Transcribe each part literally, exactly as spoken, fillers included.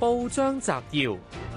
報章摘要：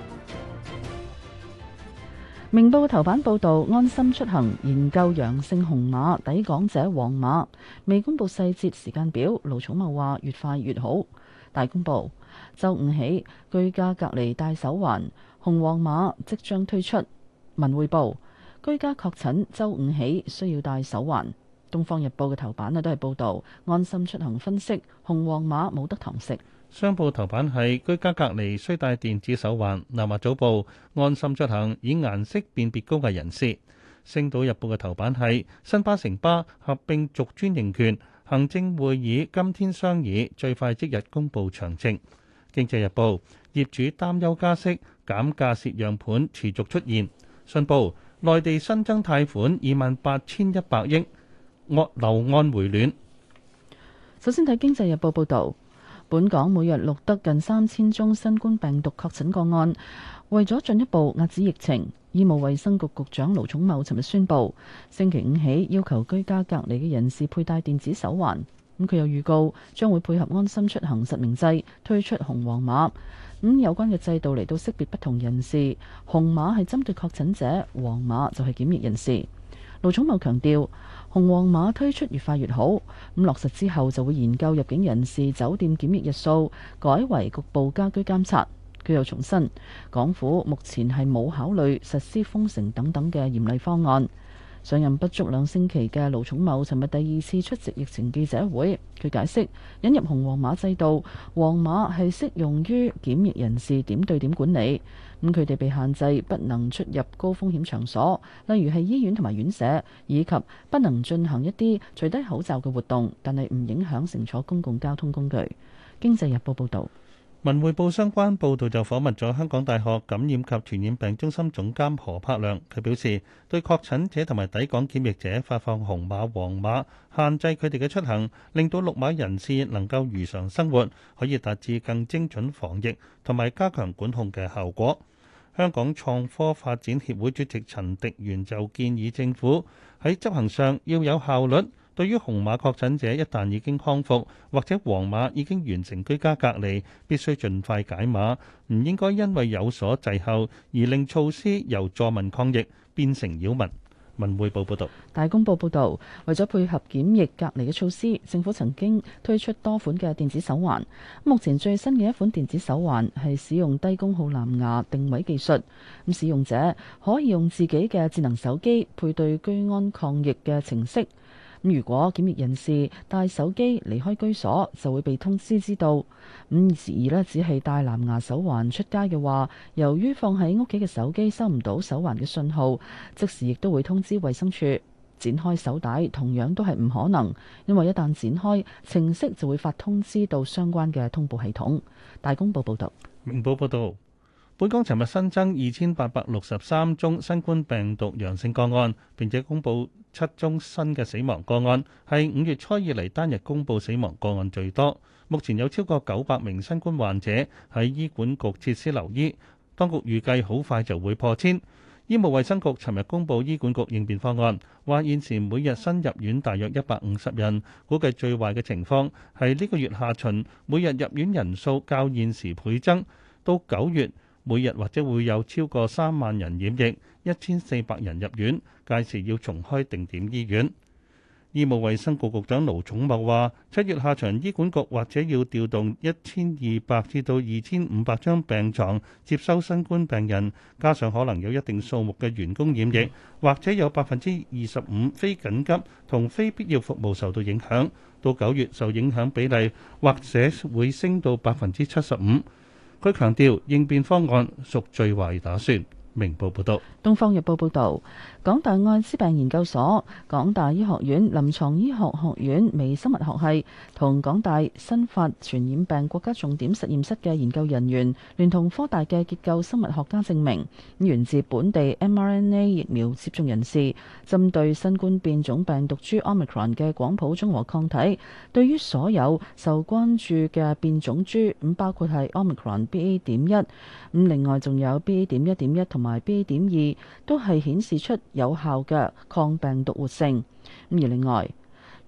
明報頭版報導，安心出行研究陽性紅碼抵港者黃碼，未公佈細節時間表。盧寵茂話越快越好。大公報週五起居家隔離戴手環，紅黃碼即將推出。文匯報居家確診週五起需要戴手環。東方日報嘅頭版啊都係報導安心出行分析紅黃碼冇得堂食。 商報頭版係居家隔離需戴電子手環。南華早報安心出行以顏色辨別高危人士。星島日報嘅頭版係新巴城巴合併續專營權，行政會議今天商議，最快即日公佈詳情。經濟日報業主擔憂加息減價蝕樣盤持續出現。信報內地新增貸款二萬八千一百億，按樓按回暖。 首先睇經濟日報報導。本港每日錄得近三千宗新冠病毒確診個案，為咗進一步壓止疫情，醫務衛生局局長盧寵茂尋日宣布，星期五起要求居家隔離嘅人士佩戴電子手環。咁佢又預告將會配合安心出行實名制推出紅黃碼。咁有關嘅制度嚟到識別不同人士，紅碼係針對確診者，黃碼就係檢疫人士。盧寵茂強調，紅黃碼推出越快越好。咁落實之後就會研究入境人士酒店檢疫日數改為局部家居監察。佢又重申，港府目前係冇考慮實施封城等等嘅嚴厲方案。上任不足兩星期嘅盧寵茂尋日第二次出席疫情記者會，佢解釋引入紅黃碼制度，黃碼係適用於檢疫人士點對點管理。咁佢哋被限制不能出入高風險場所，例如係醫院同埋院舍，以及不能進行一啲除低口罩嘅活動，但係唔影響乘坐公共交通工具。經濟日報報導。 文匯報相關報導就訪問咗香港大學感染及傳染病中心總監何柏良，佢表示對確診者同埋抵港檢疫者發放紅碼黃碼，限制佢哋嘅出行，令到綠碼人士能夠如常生活，可以達至更精準防疫同埋加強管控嘅效果。香港創科發展協會主席陳迪元就建議政府喺執行上要有效率。對於紅碼確診者一旦已經康復，或者黃碼已經完成居家隔離，必須盡快解碼，唔應該因為有所滯後而令措施由助民抗疫變成擾民。文匯報報道。 大公報報導，為咗配合檢疫隔離嘅措施，政府曾經推出多款嘅電子手環。目前最新嘅一款電子手環係使用低功耗藍牙定位技術，咁使用者可以用自己嘅智能手機配對居安抗疫嘅程式。咁如果檢疫人士帶手機離開居所，就會被通知知道。咁而呢，只係帶藍牙手環出街嘅話，由於放喺屋企嘅手機收唔到手環嘅信號，即時亦都會通知衛生署。展開手帶同樣都係唔可能，因為一旦展開，程式就會發通知到相關嘅通報系統。大公報報道。 明報報道。本港尋日新增二千八百六十三宗新冠病毒陽性個案，並且公布七宗新嘅死亡個案，係五月初以嚟單日公布死亡個案最多。目前有超過九百名新冠患者喺醫管局設施留醫，當局預計好快就會破千。醫務衛生局尋日公布醫管局應變方案，話現時每日新入院大約一百五十人，估計最壞嘅情況係呢個月下旬每日入院人數較現時倍增，到九月每日或者會有超過三萬人染疫，一千四百人入院，屆時要重開定點醫院。醫務衛生局局長盧寵茂話：七月下旬醫管局或者要調動一千二百至到二千五百張病床接收新冠病人，加上可能有一定數目嘅員工染疫，或者有百分之二十五非緊急同非必要服務受到影響。到九月受影響比例或者會升到百分之七十五。佢強調應變方案屬最壞打算。明報報道。 東方日報報道，港大愛滋病研究所、港大醫學院臨床醫學學院微生物學系同港大新發傳染病國家重點實驗室嘅研究人員，聯同科大嘅結構生物學家證明，源自本地 mRNA 疫苗接種人士針對新冠變種病毒株 Omicron 嘅廣譜中和抗體，對於所有受關注嘅變種株，咁包括係 Omicron B A 點一，咁另外仲有 B A 點一點一同埋 B A 點二，都係顯示出有效嘅抗病毒活性。咁而另外，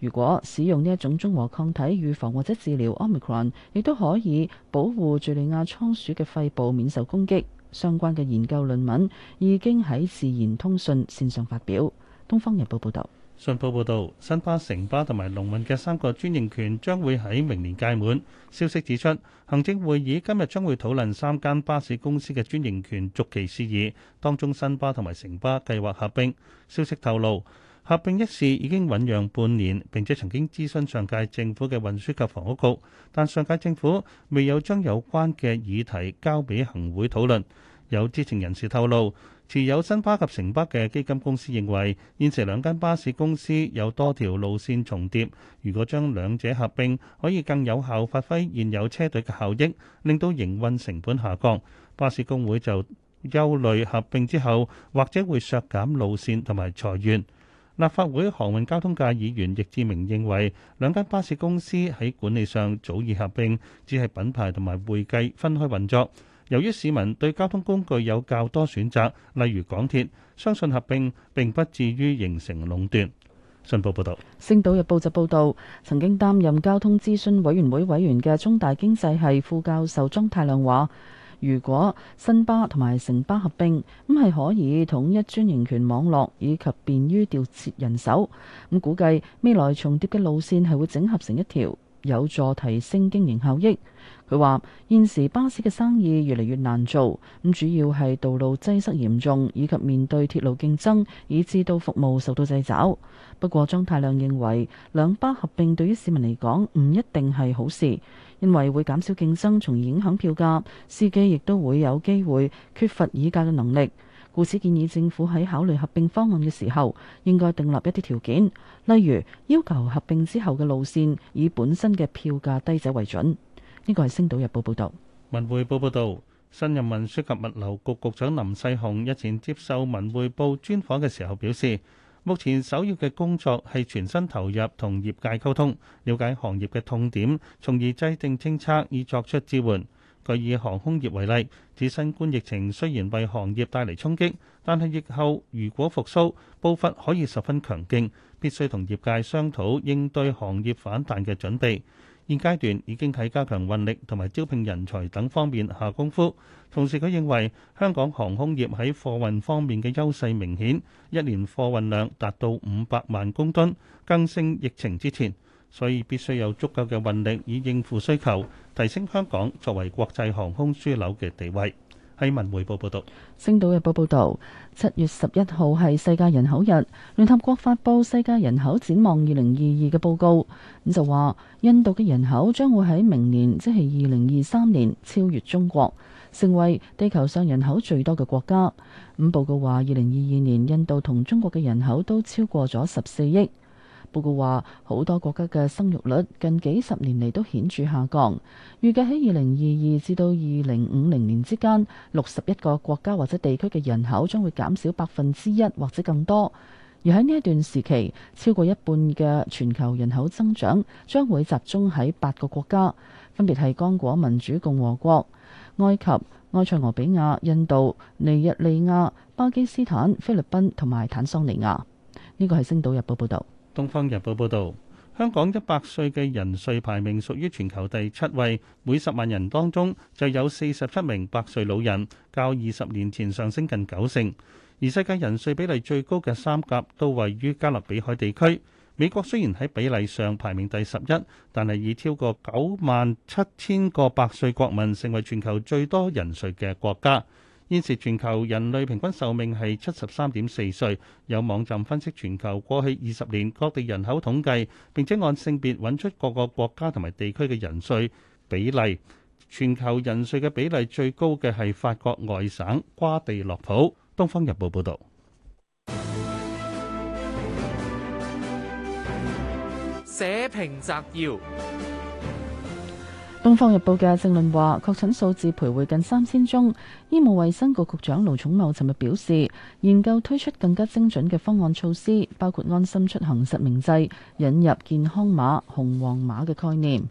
如果使用呢一種中和抗體預防或者治療 Omicron， 亦都可以保護敍利亞倉鼠嘅肺部免受攻擊。相關嘅研究論文已經喺自然通訊線上發表。《東方日報》報道。 信報報導，新巴、城巴同埋龍運嘅三個專營權將會喺明年屆滿。消息指出，行政會議今日將會討論三間巴士公司嘅專營權續期事宜，當中新巴同埋城巴計劃合併。消息透露，合併一事已經醖釀半年，並且曾經諮詢上屆政府嘅運輸及房屋局，但上屆政府未有將有關嘅議題交俾行會討論。有知情人士透露，持有新巴及城巴嘅基金公司認為，現時兩間巴士公司有多條路線重疊，如果將兩者合併，可以更有效發揮現有車隊嘅效益，令到營運成本下降。巴士公會就憂慮合併之後，或者會削減路線同埋裁員。立法會航運交通界議員易志明認為，兩間巴士公司喺管理上早已合併，只係品牌同埋會計分開運作。由於市民對交通工具有較多選擇，例如港鐵，相信合併並不至於形成壟斷。信報報導，《 星島日報》就報導，曾經擔任交通諮詢委員會委員嘅中大經濟系副教授莊太量話，如果新巴同埋城巴合併，咁係可以統一專營權網絡，以及便於調節人手。咁估計未來重疊嘅路線係會整合成一條，有助提升經營效益。佢話現時巴士嘅生意越嚟越難做，咁主要係道路擠塞嚴重，以及面對鐵路競爭，以致到服務受到掣肘。不過莊太量認為兩巴合併對於市民嚟講唔一定係好事，因為會減少競爭，從而影響票價，司機亦都會有機會缺乏議價嘅能力。故此建議政府喺考慮合併方案嘅時候，應該訂立一啲條件，例如要求合併之後嘅路線以本身嘅票價低者為準。呢個係《星島日報》報導。 文匯報報導，新任運輸及物流局局長林世雄日前接受文匯報專訪嘅時候表示，目前首要嘅工作係全身投入同業界溝通，了解行業嘅痛點，從而制定政策以作出支援。佢以航空業為例，指新冠疫情雖然為行業帶嚟衝擊，但係疫後如果復甦步伐可以十分強勁，必須同業界商討應對行業反彈嘅準備。現階段已經喺加強運力同埋招聘人才等方面下功夫。同時佢認為香港航空業喺貨運方面嘅優勢明顯，一年貨運量達到五百萬公噸，更勝疫情之前，所以必須有足夠嘅運力以應付需求，提升香港作為國際航空樞紐嘅地位。喺文匯報報道，《 星島日報》報道，七月十一號係世界人口日，聯合國發布世界人口展望二零二二嘅報告，咁就話印度嘅人口將會喺明年，即係二零二三年超越中國，成為地球上人口最多嘅國家。咁報告話，二零二二年印度同中國嘅人口都超過咗十四億。報告話，好多國家嘅生育率近幾十年嚟都顯著下降，預計喺二零二二至到二零五零年之間，六十一個國家或者地區嘅人口將會減少百分之一或者更多。而喺呢一段時期，超過一半嘅全球人口增長將會集中喺八個國家，分別係剛果民主共和國、埃及、埃塞俄比亞、印度、尼日利亞、巴基斯坦、菲律賓同埋坦桑尼亞。呢個係《星島日報》報導。 《東方日報》報導，香港一百歲嘅人歲排名屬於全球第七位，每十萬人當中就有四十七名百歲老人，較二十年前上升近九成。而世界人歲比例最高嘅三甲都位於加勒比海地區。美國雖然喺比例上排名第十一，但係以超過九萬七千個百歲國民成為全球最多人歲嘅國家。現時全球人類平均壽命係七十三點四歲。有網站分析全球過去二十年各地人口統計，並且按性別揾出各個國家同埋地區嘅人歲比例。全球人歲嘅比例最高嘅係法國外省瓜地洛普。《東方日報》報導。 社評摘要。 《東方日報》嘅政論話，確診數字徘徊近三千宗。醫務衛生局局長盧寵茂尋日表示，研究推出更加精準嘅方案措施，包括安心出行實名制、引入健康碼、紅黃碼嘅概念。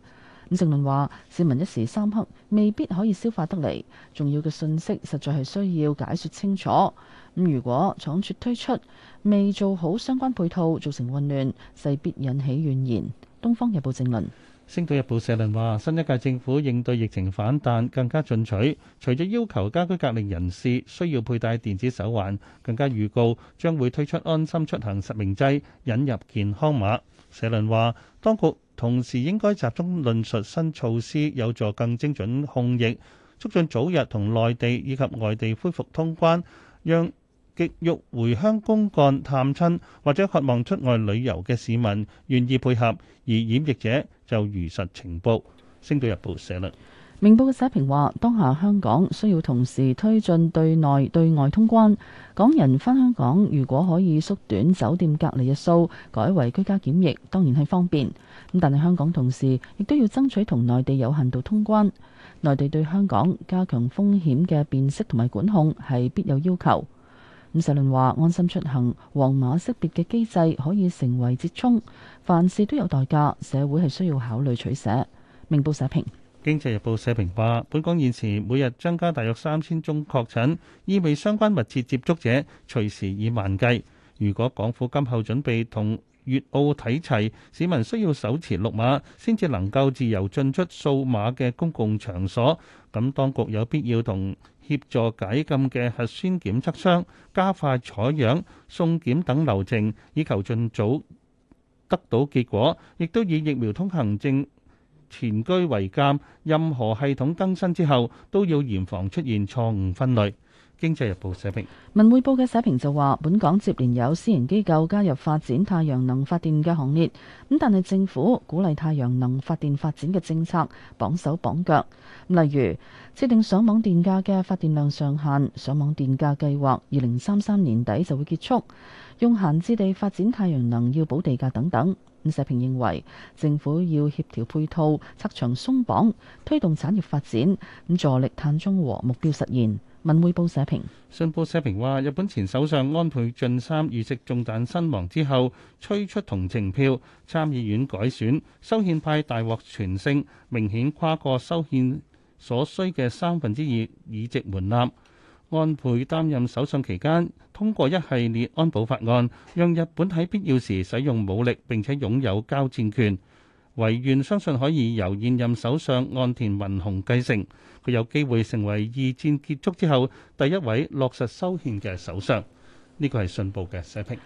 咁正論話，市民一時三刻未必可以消化得嚟，重要嘅信息實在係需要解説清楚。咁如果倉促推出，未做好相關配套，造成混亂，勢必引起怨言。《東方日報》正論。 《星島日報》社論話：新一屆政府應對疫情反彈更加進取，除咗要求家居隔離人士需要佩戴電子手環，更加預告將會推出安心出行實名制，引入健康碼。社論話，當局同時應該集中論述新措施有助更精準控疫，促進早日同內地以及外地恢復通關，讓極欲回鄉公幹探親或者渴望出外旅遊嘅市民願意配合，而染疫者就如實呈報。星島日報社論。 明報嘅社評話，當下香港需要同時推進對內對外通關，港人返香港如果可以縮短酒店隔離日數，改為居家檢疫，當然係方便。咁但係香港同時亦都要爭取同內地有限度通關，內地對香港加強風險嘅辨識同埋管控係必有要求。咁社論話，安心出行黃碼識別嘅機制可以成為折衷，凡事都有代價，社會係需要考慮取捨。明報社評。 經濟日報社評話，本港現時每日增加大約三千宗確診，意味相關密切接觸者隨時以萬計。如果港府今後準備同粵澳睇齊，市民需要手持綠碼先至能夠自由進出數碼嘅公共場所，咁當局有必要同協助解禁嘅核酸檢測商加快採樣、送檢等流程，以求盡早得到結果，亦都以疫苗通行證前居為鑑，任何系統更新之後都要嚴防出現錯誤分類。經濟日報社評。 文匯報嘅社評就話，本港接連有私營機構加入發展太陽能發電嘅行列，咁但係政府鼓勵太陽能發電發展嘅政策綁手綁腳，例如設定上網電價嘅發電量上限，上網電價計劃二零三三年底就會結束，用閒置地發展太陽能要補地價等等。咁社評認為政府要協調配套，拆牆鬆綁，推動產業發展，咁助力碳中和目標實現。文匯報社評。 信報社評話，日本前首相安倍晉三遇刺中彈身亡之後，催出同情票，參議院改選，修憲派大獲全勝，明顯跨過修憲所需嘅三分之二議席門檻。安倍擔任首相期間，通過一系列安保法案，讓日本喺必要時使用武力，並且擁有交戰權。遺願相信可以由現任首相岸田文雄繼承，佢有機會成為二戰結束之後第一位落實修憲嘅首相。呢個係信報嘅社評。